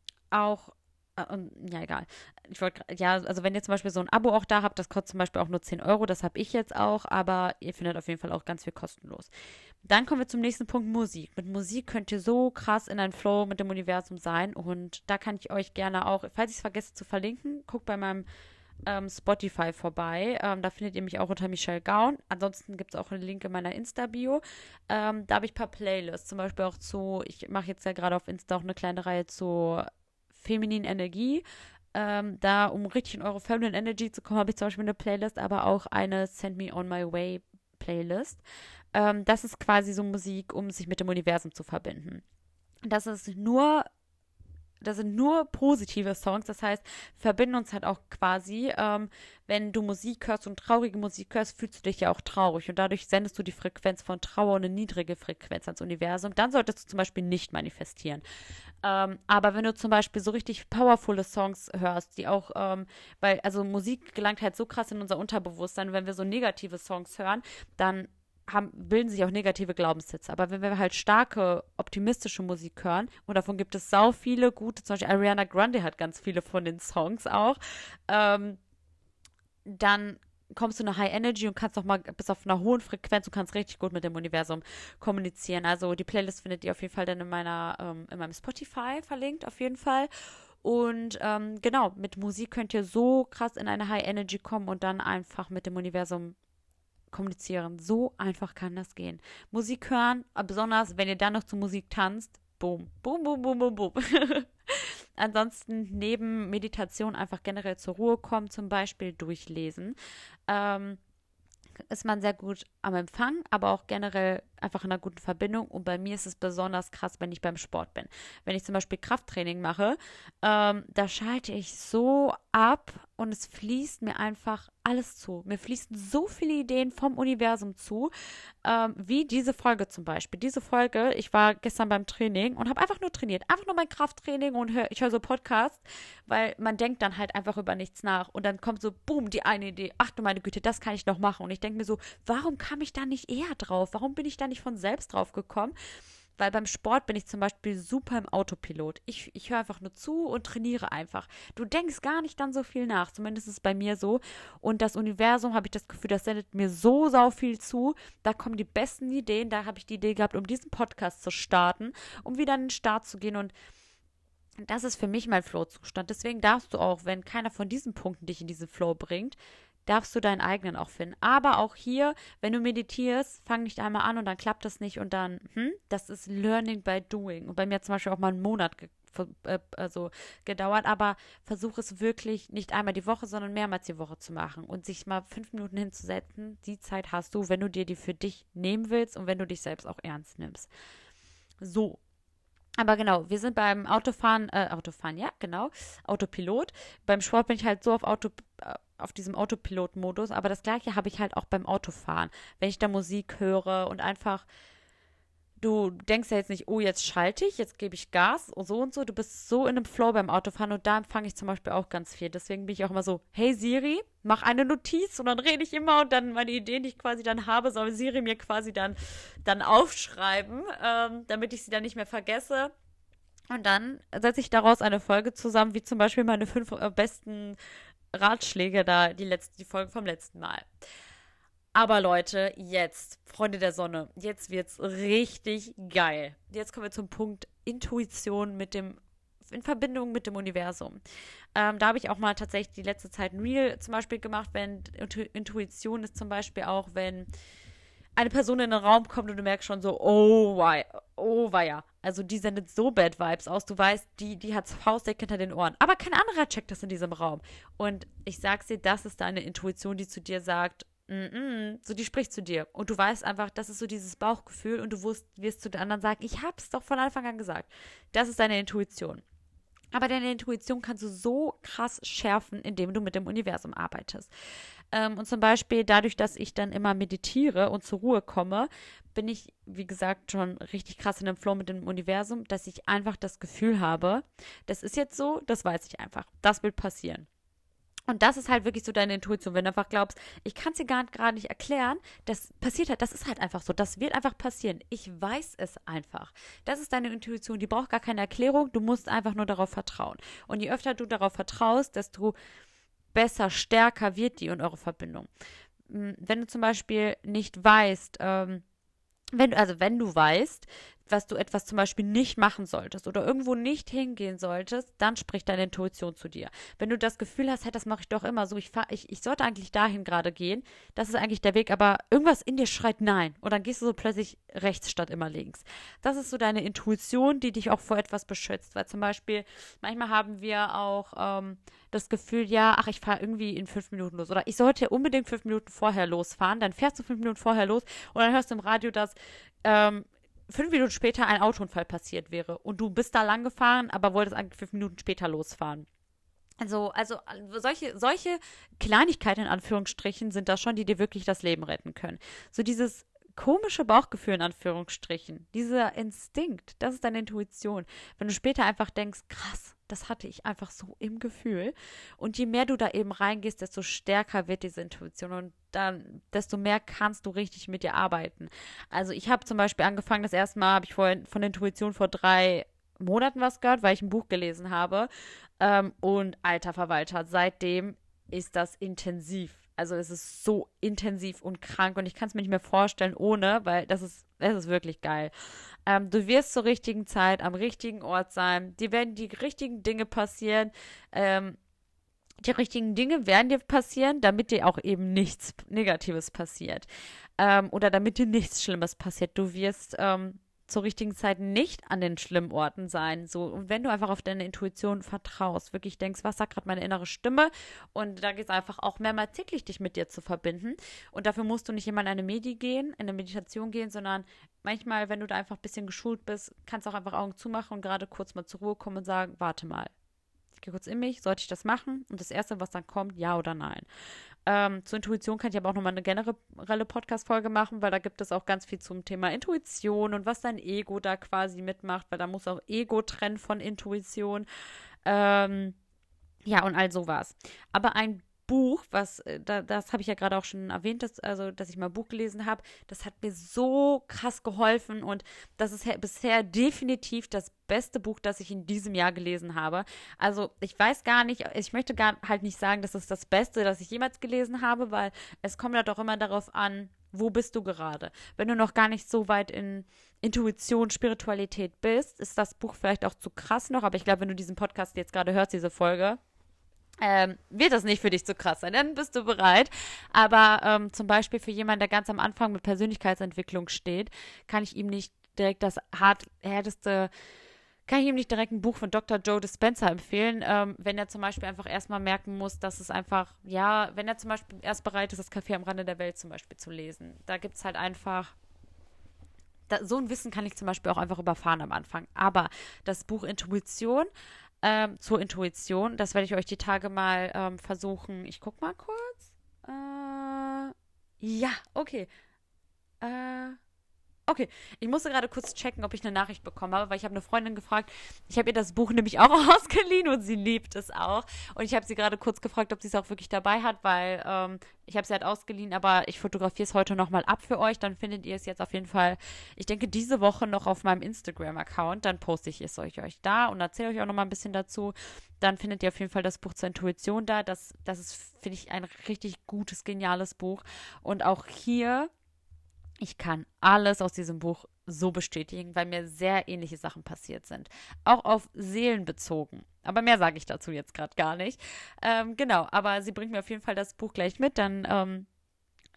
auch ähm, ja, egal. Ich wollte, ja, also wenn ihr zum Beispiel so ein Abo auch da habt, das kostet zum Beispiel auch nur zehn Euro, das habe ich jetzt auch, aber ihr findet auf jeden Fall auch ganz viel kostenlos. Dann kommen wir zum nächsten Punkt, Musik. Mit Musik könnt ihr so krass in ein Flow mit dem Universum sein und da kann ich euch gerne auch, falls ich es vergesse zu verlinken, guckt bei meinem ähm, Spotify vorbei. Ähm, da findet ihr mich auch unter Michelle Gaun. Ansonsten gibt es auch einen Link in meiner Insta-Bio. Ähm, da habe ich ein paar Playlists, zum Beispiel auch zu, ich mache jetzt ja gerade auf Insta auch eine kleine Reihe zu femininen Energie. Ähm, da, um richtig in eure Feminine Energy zu kommen, habe ich zum Beispiel eine Playlist, aber auch eine Send Me On My Way Playlist. Ähm, das ist quasi so Musik, um sich mit dem Universum zu verbinden. Das ist nur das sind nur positive Songs, das heißt, wir verbinden uns halt auch quasi, ähm, wenn du Musik hörst und traurige Musik hörst, fühlst du dich ja auch traurig und dadurch sendest du die Frequenz von Trauer und eine niedrige Frequenz ans Universum, dann solltest du zum Beispiel nicht manifestieren. Ähm, aber wenn du zum Beispiel so richtig powervolle Songs hörst, die auch, ähm, weil, also Musik gelangt halt so krass in unser Unterbewusstsein, wenn wir so negative Songs hören, dann haben, bilden sich auch negative Glaubenssätze. Aber wenn wir halt starke, optimistische Musik hören, und davon gibt es sau viele gute, zum Beispiel Ariana Grande hat ganz viele von den Songs auch, ähm, dann kommst du in eine High Energy und kannst auch mal bis auf einer hohen Frequenz und kannst richtig gut mit dem Universum kommunizieren. Also die Playlist findet ihr auf jeden Fall dann in meiner, ähm, in meinem Spotify verlinkt, auf jeden Fall. Und ähm, genau, mit Musik könnt ihr so krass in eine High Energy kommen und dann einfach mit dem Universum kommunizieren. So einfach kann das gehen. Musik hören, besonders wenn ihr dann noch zu Musik tanzt, boom, boom, boom, boom, boom, boom. Ansonsten neben Meditation einfach generell zur Ruhe kommen, zum Beispiel durchlesen. Ähm, ist man sehr gut am Empfang, aber auch generell einfach in einer guten Verbindung. Und bei mir ist es besonders krass, wenn ich beim Sport bin. Wenn ich zum Beispiel Krafttraining mache, ähm, da schalte ich so ab und es fließt mir einfach alles zu. Mir fließen so viele Ideen vom Universum zu, ähm, wie diese Folge zum Beispiel. Diese Folge, ich war gestern beim Training und habe einfach nur trainiert. Einfach nur mein Krafttraining und hör, ich höre so Podcasts, weil man denkt dann halt einfach über nichts nach. Und dann kommt so, boom, die eine Idee. Ach du meine Güte, das kann ich noch machen. Und ich denke mir so, warum kam ich da nicht eher drauf? Warum bin ich da nicht von selbst drauf gekommen? Weil beim Sport bin ich zum Beispiel super im Autopilot. Ich, ich höre einfach nur zu und trainiere einfach. Du denkst gar nicht dann so viel nach. Zumindest ist es bei mir so. Und das Universum, habe ich das Gefühl, das sendet mir so sau viel zu. Da kommen die besten Ideen. Da habe ich die Idee gehabt, um diesen Podcast zu starten, um wieder in den Start zu gehen. Und das ist für mich mein Flow-Zustand. Deswegen darfst du auch, wenn keiner von diesen Punkten dich in diesen Flow bringt, darfst du deinen eigenen auch finden. Aber auch hier, wenn du meditierst, fang nicht einmal an und dann klappt das nicht und dann, hm, das ist Learning by Doing. Und bei mir hat zum Beispiel auch mal einen Monat ge äh, also gedauert, aber versuch es wirklich nicht einmal die Woche, sondern mehrmals die Woche zu machen und sich mal fünf Minuten hinzusetzen. Die Zeit hast du, wenn du dir die für dich nehmen willst und wenn du dich selbst auch ernst nimmst. So. Aber genau, wir sind beim Autofahren, äh, Autofahren, ja, genau, Autopilot. Beim Sport bin ich halt so auf Auto, äh, auf diesem Autopilot-Modus, aber das Gleiche habe ich halt auch beim Autofahren. Wenn ich da Musik höre und einfach, du denkst ja jetzt nicht, oh, jetzt schalte ich, jetzt gebe ich Gas und so und so. Du bist so in einem Flow beim Autofahren und da empfange ich zum Beispiel auch ganz viel. Deswegen bin ich auch immer so, hey Siri, mach eine Notiz und dann rede ich immer und dann meine Ideen, die ich quasi dann habe, soll Siri mir quasi dann, dann aufschreiben, ähm, damit ich sie dann nicht mehr vergesse. Und dann setze ich daraus eine Folge zusammen, wie zum Beispiel meine fünf äh, besten Ratschläge da, die, letzte, die Folge vom letzten Mal. Aber Leute, jetzt, Freunde der Sonne, jetzt wird's richtig geil. Jetzt kommen wir zum Punkt Intuition mit dem, in Verbindung mit dem Universum. Ähm, da habe ich auch mal tatsächlich die letzte Zeit ein Reel zum Beispiel gemacht, wenn Intu- Intuition ist zum Beispiel auch, wenn eine Person in den Raum kommt und du merkst schon so, oh, wei, oh, weia. Also die sendet so Bad Vibes aus. Du weißt, die, die hat's faustdick hinter den Ohren. Aber kein anderer checkt das in diesem Raum. Und ich sag's dir, das ist deine Intuition, die zu dir sagt, mm-mm, so die spricht zu dir. Und du weißt einfach, das ist so dieses Bauchgefühl und du wirst, wirst zu den anderen sagen, ich hab's doch von Anfang an gesagt. Das ist deine Intuition. Aber deine Intuition kannst du so krass schärfen, indem du mit dem Universum arbeitest. Ähm, und zum Beispiel dadurch, dass ich dann immer meditiere und zur Ruhe komme, bin ich, wie gesagt, schon richtig krass in dem Flow mit dem Universum, dass ich einfach das Gefühl habe, das ist jetzt so, das weiß ich einfach. Das wird passieren. Und das ist halt wirklich so deine Intuition, wenn du einfach glaubst, ich kann es dir gar gerade nicht erklären, das passiert halt, das ist halt einfach so, das wird einfach passieren. Ich weiß es einfach. Das ist deine Intuition, die braucht gar keine Erklärung, du musst einfach nur darauf vertrauen. Und je öfter du darauf vertraust, desto besser, stärker wird die und eure Verbindung. Wenn du zum Beispiel nicht weißt, ähm, wenn, also wenn du weißt, was du etwas zum Beispiel nicht machen solltest oder irgendwo nicht hingehen solltest, dann spricht deine Intuition zu dir. Wenn du das Gefühl hast, hey, das mache ich doch immer so, ich, fahr, ich, ich sollte eigentlich dahin gerade gehen, das ist eigentlich der Weg, aber irgendwas in dir schreit nein und dann gehst du so plötzlich rechts statt immer links. Das ist so deine Intuition, die dich auch vor etwas beschützt, weil zum Beispiel manchmal haben wir auch ähm, das Gefühl, ja, ach, ich fahre irgendwie in fünf Minuten los oder ich sollte unbedingt fünf Minuten vorher losfahren, dann fährst du fünf Minuten vorher los und dann hörst du im Radio, dass ähm, fünf Minuten später ein Autounfall passiert wäre und du bist da lang gefahren, aber wolltest eigentlich fünf Minuten später losfahren. Also, also solche, solche Kleinigkeiten in Anführungsstrichen sind das schon, die dir wirklich das Leben retten können. So dieses komische Bauchgefühl in Anführungsstrichen, dieser Instinkt, das ist deine Intuition. Wenn du später einfach denkst, krass, das hatte ich einfach so im Gefühl. Und je mehr du da eben reingehst, desto stärker wird diese Intuition und dann, desto mehr kannst du richtig mit dir arbeiten. Also ich habe zum Beispiel angefangen, das erste Mal habe ich vorhin von Intuition vor drei Monaten was gehört, weil ich ein Buch gelesen habe. Ähm, und alter Verwalter, seitdem ist das intensiv. Also es ist so intensiv und krank und ich kann es mir nicht mehr vorstellen ohne, weil das ist, das ist wirklich geil. Ähm, du wirst zur richtigen Zeit am richtigen Ort sein. Dir werden die richtigen Dinge passieren. Ähm, die richtigen Dinge werden dir passieren, damit dir auch eben nichts Negatives passiert. Ähm, oder damit dir nichts Schlimmes passiert. Du wirst ähm, zur richtigen Zeit nicht an den schlimmen Orten sein. So, und wenn du einfach auf deine Intuition vertraust, wirklich denkst, was sagt gerade meine innere Stimme? Und da geht es einfach auch mehrmals täglich, dich mit dir zu verbinden. Und dafür musst du nicht immer in eine Medi gehen, in eine Meditation gehen, sondern manchmal, wenn du da einfach ein bisschen geschult bist, kannst du auch einfach Augen zumachen und gerade kurz mal zur Ruhe kommen und sagen, warte mal. Ich gehe kurz in mich, sollte ich das machen? Und das Erste, was dann kommt, ja oder nein. Ähm, zur Intuition kann ich aber auch nochmal eine generelle Podcast-Folge machen, weil da gibt es auch ganz viel zum Thema Intuition und was dein Ego da quasi mitmacht, weil da muss auch Ego trennen von Intuition. Ähm, ja, und all sowas. Aber ein Buch, was, da, das habe ich ja gerade auch schon erwähnt, dass, also, dass ich mal ein Buch gelesen habe, das hat mir so krass geholfen und das ist her- bisher definitiv das beste Buch, das ich in diesem Jahr gelesen habe. Also ich weiß gar nicht, ich möchte gar halt nicht sagen, das ist das Beste, das ich jemals gelesen habe, weil es kommt ja doch immer darauf an, wo bist du gerade? Wenn du noch gar nicht so weit in Intuition, Spiritualität bist, ist das Buch vielleicht auch zu krass noch, aber ich glaube, wenn du diesen Podcast jetzt gerade hörst, diese Folge, ähm, wird das nicht für dich zu krass sein, dann bist du bereit. Aber ähm, zum Beispiel für jemanden, der ganz am Anfang mit Persönlichkeitsentwicklung steht, kann ich ihm nicht direkt das hart, härteste, kann ich ihm nicht direkt ein Buch von Doktor Joe Dispenza empfehlen, ähm, wenn er zum Beispiel einfach erstmal merken muss, dass es einfach, ja, wenn er zum Beispiel erst bereit ist, das Café am Rande der Welt zum Beispiel zu lesen. Da gibt es halt einfach, da, so ein Wissen kann ich zum Beispiel auch einfach überfahren am Anfang. Aber das Buch Intuition, ähm, zur Intuition, das werde ich euch die Tage mal ähm, versuchen. Ich guck mal kurz. Äh, ja, okay. Äh, Okay, ich musste gerade kurz checken, ob ich eine Nachricht bekommen habe, weil ich habe eine Freundin gefragt. Ich habe ihr das Buch nämlich auch ausgeliehen und sie liebt es auch. Und ich habe sie gerade kurz gefragt, ob sie es auch wirklich dabei hat, weil ähm, ich habe sie halt ausgeliehen, aber ich fotografiere es heute nochmal ab für euch. Dann findet ihr es jetzt auf jeden Fall, ich denke, diese Woche noch auf meinem Instagram-Account. Dann poste ich es euch, euch da und erzähle euch auch nochmal ein bisschen dazu. Dann findet ihr auf jeden Fall das Buch zur Intuition da. Das, das ist, finde ich, ein richtig gutes, geniales Buch. Und auch hier, ich kann alles aus diesem Buch so bestätigen, weil mir sehr ähnliche Sachen passiert sind. Auch auf Seelen bezogen. Aber mehr sage ich dazu jetzt gerade gar nicht. Ähm, genau, aber sie bringt mir auf jeden Fall das Buch gleich mit. Dann ähm,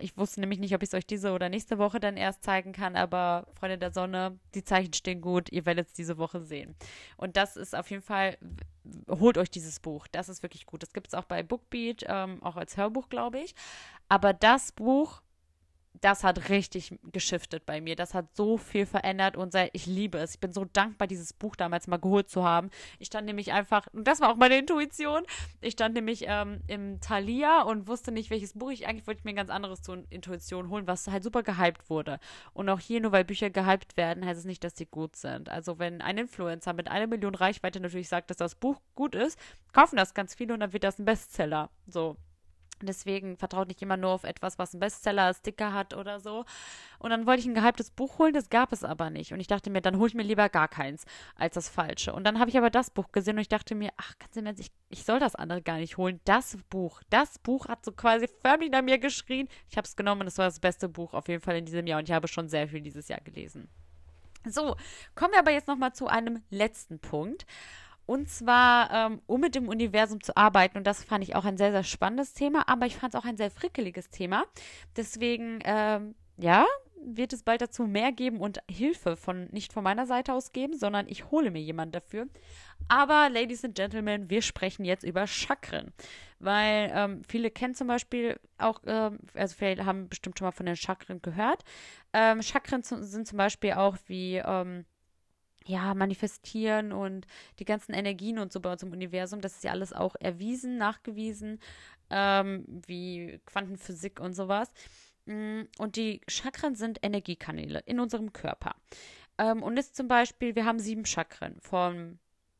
Ich wusste nämlich nicht, ob ich es euch diese oder nächste Woche dann erst zeigen kann, aber Freunde der Sonne, die Zeichen stehen gut, ihr werdet es diese Woche sehen. Und das ist auf jeden Fall, holt euch dieses Buch, das ist wirklich gut. Das gibt es auch bei Bookbeat, ähm, auch als Hörbuch, glaube ich. Aber das Buch, das hat richtig geschiftet bei mir. Das hat so viel verändert und sei, ich liebe es. Ich bin so dankbar, dieses Buch damals mal geholt zu haben. Ich stand nämlich einfach, und das war auch meine Intuition, ich stand nämlich ähm, im Thalia und wusste nicht, welches Buch ich, eigentlich wollte ich mir ein ganz anderes zur Intuition holen, was halt super gehypt wurde. Und auch hier, nur weil Bücher gehypt werden, heißt es nicht, dass sie gut sind. Also wenn ein Influencer mit einer Million Reichweite natürlich sagt, dass das Buch gut ist, kaufen das ganz viele und dann wird das ein Bestseller. So. Deswegen vertraut nicht immer nur auf etwas, was ein Bestseller-Sticker hat oder so. Und dann wollte ich ein gehyptes Buch holen, das gab es aber nicht. Und ich dachte mir, dann hole ich mir lieber gar keins als das Falsche. Und dann habe ich aber das Buch gesehen und ich dachte mir, ach, ganz im Ernst, ich, ich soll das andere gar nicht holen. Das Buch, das Buch hat so quasi förmlich nach mir geschrien. Ich habe es genommen und es war das beste Buch auf jeden Fall in diesem Jahr. Und ich habe schon sehr viel dieses Jahr gelesen. So, kommen wir aber jetzt nochmal zu einem letzten Punkt. Und zwar, ähm, um mit dem Universum zu arbeiten. Und das fand ich auch ein sehr, sehr spannendes Thema. Aber ich fand es auch ein sehr frickeliges Thema. Deswegen, ähm, ja, wird es bald dazu mehr geben und Hilfe von, nicht von meiner Seite aus geben, sondern ich hole mir jemanden dafür. Aber, Ladies and Gentlemen, wir sprechen jetzt über Chakren. Weil ähm, viele kennen zum Beispiel auch, ähm, also viele haben bestimmt schon mal von den Chakren gehört. Ähm, Chakren zu, sind zum Beispiel auch wie, ähm, ja, manifestieren und die ganzen Energien und so bei uns im Universum, das ist ja alles auch erwiesen, nachgewiesen, ähm, wie Quantenphysik und sowas. Mm, Und die Chakren sind Energiekanäle in unserem Körper. Ähm, und ist zum Beispiel, wir haben sieben Chakren. Von,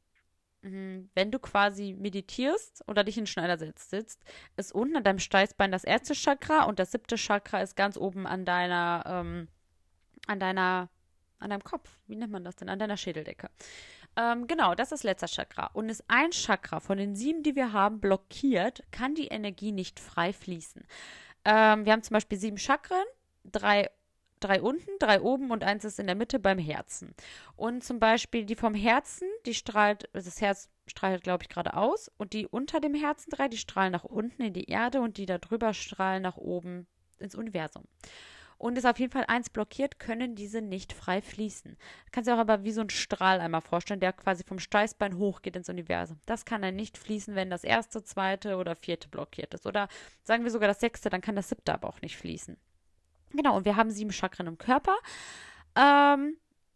mm, wenn du quasi meditierst oder dich in den Schneidersitz sitzt, ist unten an deinem Steißbein das erste Chakra und das siebte Chakra ist ganz oben an deiner, ähm, an deiner an deinem Kopf. Wie nennt man das denn? An deiner Schädeldecke. Ähm, genau, das ist das letzte Chakra. Und ist ein Chakra von den sieben, die wir haben, blockiert, kann die Energie nicht frei fließen. Ähm, wir haben zum Beispiel sieben Chakren, drei, drei unten, drei oben und eins ist in der Mitte beim Herzen. Und zum Beispiel die vom Herzen, die strahlt, das Herz strahlt, glaube ich, geradeaus. Und die unter dem Herzen drei, die strahlen nach unten in die Erde und die da drüber strahlen nach oben ins Universum. Und ist auf jeden Fall eins blockiert, können diese nicht frei fließen. Du kannst dir auch aber wie so ein Strahl einmal vorstellen, der quasi vom Steißbein hochgeht ins Universum. Das kann dann nicht fließen, wenn das erste, zweite oder vierte blockiert ist. Oder sagen wir sogar das sechste, dann kann das siebte aber auch nicht fließen. Genau, und wir haben sieben Chakren im Körper. Ähm,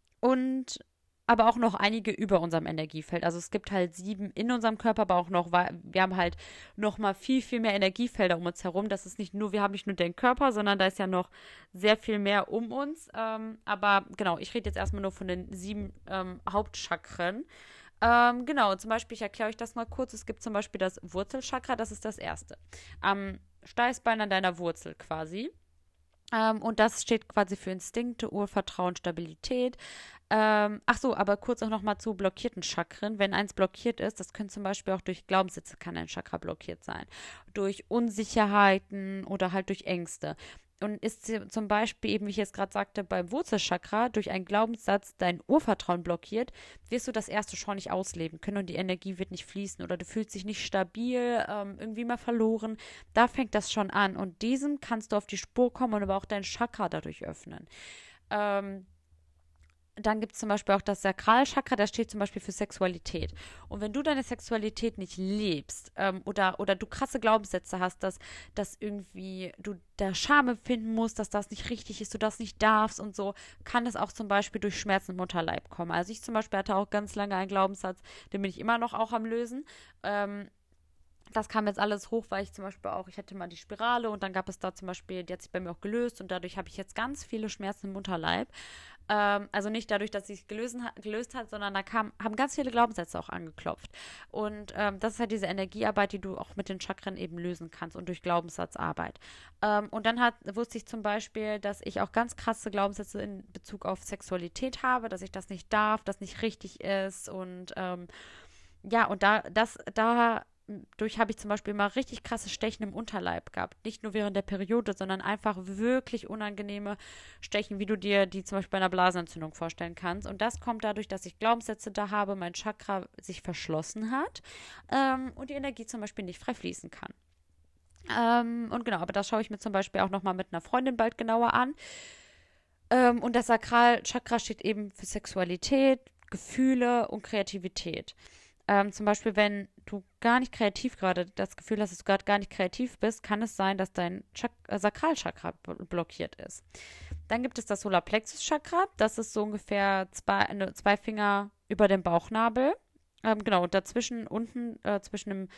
und aber auch noch einige über unserem Energiefeld. Also es gibt halt sieben in unserem Körper, aber auch noch, wir haben halt noch mal viel, viel mehr Energiefelder um uns herum. Das ist nicht nur, wir haben nicht nur den Körper, sondern da ist ja noch sehr viel mehr um uns. Ähm, aber genau, ich rede jetzt erstmal nur von den sieben ähm, Hauptchakren. Ähm, genau, zum Beispiel, ich erkläre euch das mal kurz. Es gibt zum Beispiel das Wurzelchakra, das ist das erste. Am Steißbein an deiner Wurzel quasi. Ähm, und das steht quasi für Instinkte, Urvertrauen, Stabilität. Ähm, ach so, aber kurz auch nochmal zu blockierten Chakren. Wenn eins blockiert ist, das können zum Beispiel auch durch Glaubenssätze, kann ein Chakra blockiert sein. Durch Unsicherheiten oder halt durch Ängste. Und ist zum Beispiel, eben wie ich jetzt gerade sagte, beim Wurzelchakra durch einen Glaubenssatz dein Urvertrauen blockiert, wirst du das erste schon nicht ausleben können und die Energie wird nicht fließen oder du fühlst dich nicht stabil, ähm, irgendwie mal verloren. Da fängt das schon an und diesem kannst du auf die Spur kommen und aber auch dein Chakra dadurch öffnen. Ähm, Dann gibt es zum Beispiel auch das Sakralchakra, das steht zum Beispiel für Sexualität. Und wenn du deine Sexualität nicht lebst ähm, oder, oder du krasse Glaubenssätze hast, dass, dass irgendwie du da Scham empfinden musst, dass das nicht richtig ist, du das nicht darfst und so, kann es auch zum Beispiel durch Schmerzen im Mutterleib kommen. Also ich zum Beispiel hatte auch ganz lange einen Glaubenssatz, den bin ich immer noch auch am Lösen. Ähm, Das kam jetzt alles hoch, weil ich zum Beispiel auch, ich hatte mal die Spirale und dann gab es da zum Beispiel, die hat sich bei mir auch gelöst und dadurch habe ich jetzt ganz viele Schmerzen im Mutterleib. Ähm, also nicht dadurch, dass sie es gelöst, gelöst hat, sondern da kam, haben ganz viele Glaubenssätze auch angeklopft. Und ähm, das ist halt diese Energiearbeit, die du auch mit den Chakren eben lösen kannst und durch Glaubenssatzarbeit. Ähm, und dann hat, wusste ich zum Beispiel, dass ich auch ganz krasse Glaubenssätze in Bezug auf Sexualität habe, dass ich das nicht darf, das nicht richtig ist und ähm, ja, und da, das, da durch habe ich zum Beispiel mal richtig krasse Stechen im Unterleib gehabt. Nicht nur während der Periode, sondern einfach wirklich unangenehme Stechen, wie du dir die zum Beispiel bei einer Blasenentzündung vorstellen kannst. Und das kommt dadurch, dass ich Glaubenssätze da habe, mein Chakra sich verschlossen hat ähm, und die Energie zum Beispiel nicht frei fließen kann. Ähm, und genau, aber das schaue ich mir zum Beispiel auch nochmal mit einer Freundin bald genauer an. Ähm, und das Sakralchakra steht eben für Sexualität, Gefühle und Kreativität. Ähm, zum Beispiel, wenn du gar nicht kreativ gerade das Gefühl hast, dass du gerade gar nicht kreativ bist, kann es sein, dass dein Chak äh, Sakralchakra blockiert ist. Dann gibt es das Solarplexus-Chakra. Das ist so ungefähr zwei, eine, zwei Finger über dem Bauchnabel. Ähm, genau, und dazwischen, unten, äh, zwischen dem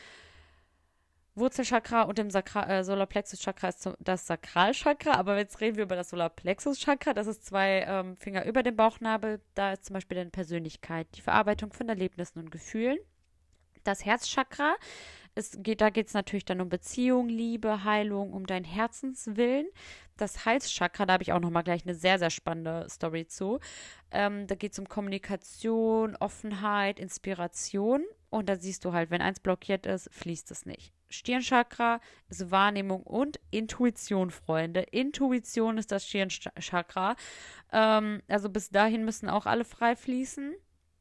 Wurzelchakra und dem Sakra äh, Solarplexus-Chakra ist das Sakralchakra, aber jetzt reden wir über das Solarplexus-Chakra. Das ist zwei ähm, Finger über dem Bauchnabel. Da ist zum Beispiel deine Persönlichkeit, die Verarbeitung von Erlebnissen und Gefühlen. Das Herzchakra, es geht, da geht es natürlich dann um Beziehung, Liebe, Heilung, um deinen Herzenswillen. Das Halschakra, da habe ich auch nochmal gleich eine sehr, sehr spannende Story zu. Ähm, da geht es um Kommunikation, Offenheit, Inspiration. Und da siehst du halt, wenn eins blockiert ist, fließt es nicht. Stirnchakra ist Wahrnehmung und Intuition, Freunde. Intuition ist das Stirnchakra. Ähm, also bis dahin müssen auch alle frei fließen.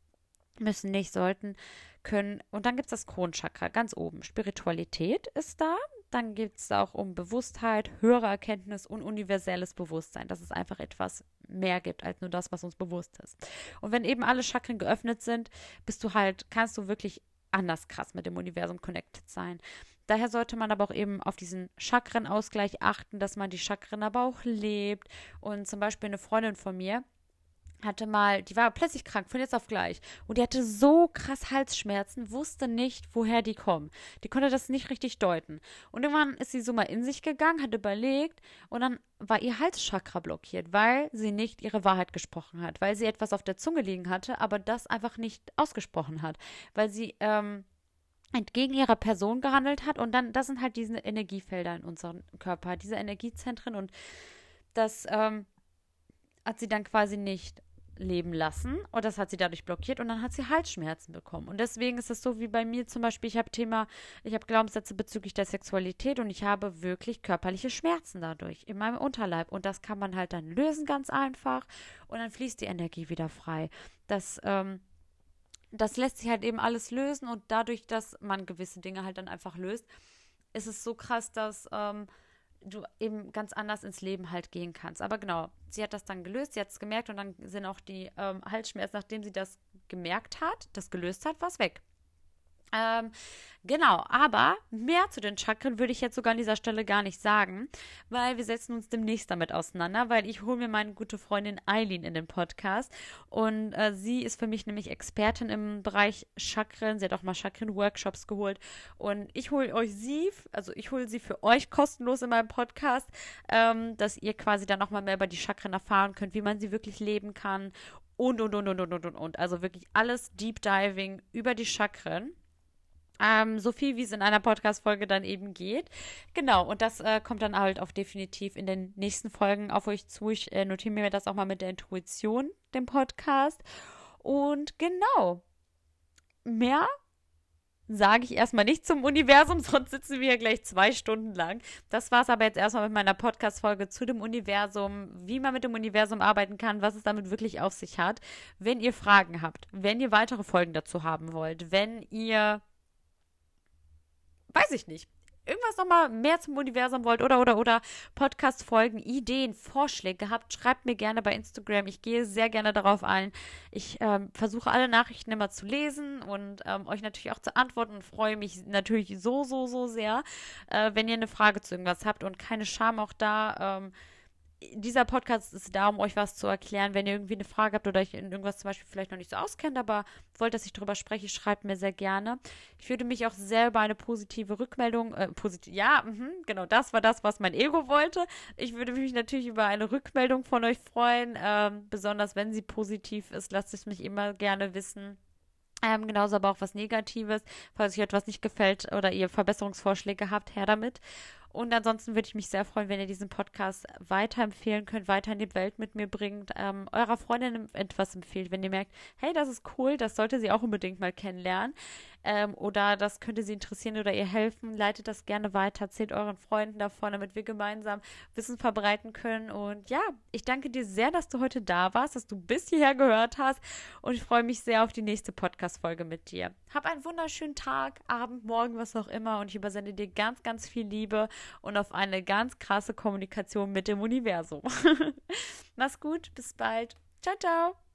Müssen nicht, sollten, können. Und dann gibt es das Kronchakra ganz oben. Spiritualität ist da. Dann geht es auch um Bewusstheit, höhere Erkenntnis und universelles Bewusstsein, dass es einfach etwas mehr gibt als nur das, was uns bewusst ist. Und wenn eben alle Chakren geöffnet sind, bist du halt, kannst du wirklich anders krass mit dem Universum connected sein. Daher sollte man aber auch eben auf diesen Chakrenausgleich achten, dass man die Chakren aber auch lebt. Und zum Beispiel eine Freundin von mir hatte mal, die war plötzlich krank, von jetzt auf gleich. Und die hatte so krass Halsschmerzen, wusste nicht, woher die kommen. Die konnte das nicht richtig deuten. Und irgendwann ist sie so mal in sich gegangen, hat überlegt und dann war ihr Halschakra blockiert, weil sie nicht ihre Wahrheit gesprochen hat, weil sie etwas auf der Zunge liegen hatte, aber das einfach nicht ausgesprochen hat, weil sie ähm, entgegen ihrer Person gehandelt hat. Und dann, das sind halt diese Energiefelder in unserem Körper, diese Energiezentren, und das ähm, hat sie dann quasi nicht leben lassen und das hat sie dadurch blockiert und dann hat sie Halsschmerzen bekommen. Und deswegen ist es so wie bei mir zum Beispiel, ich habe Thema, ich habe Glaubenssätze bezüglich der Sexualität und ich habe wirklich körperliche Schmerzen dadurch in meinem Unterleib und das kann man halt dann lösen ganz einfach und dann fließt die Energie wieder frei. Das, ähm, das lässt sich halt eben alles lösen und dadurch, dass man gewisse Dinge halt dann einfach löst, ist es so krass, dass ähm, du eben ganz anders ins Leben halt gehen kannst. Aber genau, sie hat das dann gelöst, sie hat es gemerkt und dann sind auch die ähm, Halsschmerzen, nachdem sie das gemerkt hat, das gelöst hat, was weg. Ähm, genau, aber mehr zu den Chakren würde ich jetzt sogar an dieser Stelle gar nicht sagen, weil wir setzen uns demnächst damit auseinander, weil ich hole mir meine gute Freundin Eileen in den Podcast und äh, sie ist für mich nämlich Expertin im Bereich Chakren, sie hat auch mal Chakren-Workshops geholt und ich hole euch sie, also ich hole sie für euch kostenlos in meinem Podcast, ähm, dass ihr quasi dann nochmal mehr über die Chakren erfahren könnt, wie man sie wirklich leben kann und, und, und, und, und, und, und, und. Also wirklich alles Deep Diving über die Chakren. Ähm, so viel, wie es in einer Podcast-Folge dann eben geht. Genau, und das äh, kommt dann halt auch definitiv in den nächsten Folgen auf euch zu. Ich äh, notiere mir das auch mal mit der Intuition, dem Podcast. Und genau, mehr sage ich erstmal nicht zum Universum, sonst sitzen wir ja gleich zwei Stunden lang. Das war es aber jetzt erstmal mit meiner Podcast-Folge zu dem Universum, wie man mit dem Universum arbeiten kann, was es damit wirklich auf sich hat. Wenn ihr Fragen habt, wenn ihr weitere Folgen dazu haben wollt, wenn ihr weiß ich nicht, irgendwas nochmal mehr zum Universum wollt oder, oder, oder Podcast-Folgen, Ideen, Vorschläge habt, schreibt mir gerne bei Instagram. Ich gehe sehr gerne darauf ein. Ich ähm, versuche alle Nachrichten immer zu lesen und ähm, euch natürlich auch zu antworten und freue mich natürlich so, so, so sehr, äh, wenn ihr eine Frage zu irgendwas habt und keine Scham auch da. Ähm, dieser Podcast ist da, um euch was zu erklären. Wenn ihr irgendwie eine Frage habt oder euch in irgendwas zum Beispiel vielleicht noch nicht so auskennt, aber wollt, dass ich drüber spreche, schreibt mir sehr gerne. Ich würde mich auch sehr über eine positive Rückmeldung, äh, positiv, ja, mh, genau, das war das, was mein Ego wollte. Ich würde mich natürlich über eine Rückmeldung von euch freuen, ähm, besonders wenn sie positiv ist, lasst es mich immer gerne wissen. Ähm, genauso aber auch was Negatives, falls euch etwas nicht gefällt oder ihr Verbesserungsvorschläge habt, her damit. Und ansonsten würde ich mich sehr freuen, wenn ihr diesen Podcast weiterempfehlen könnt, weiter in die Welt mit mir bringt, ähm, eurer Freundin etwas empfehlt, wenn ihr merkt, hey, das ist cool, das sollte sie auch unbedingt mal kennenlernen. ähm, oder das könnte sie interessieren oder ihr helfen, leitet das gerne weiter, erzählt euren Freunden davon, damit wir gemeinsam Wissen verbreiten können. Und ja, ich danke dir sehr, dass du heute da warst, dass du bis hierher gehört hast und ich freue mich sehr auf die nächste Podcast-Folge mit dir. Hab einen wunderschönen Tag, Abend, Morgen, was auch immer und ich übersende dir ganz, ganz viel Liebe und auf eine ganz krasse Kommunikation mit dem Universum. Mach's gut, bis bald. Ciao, ciao.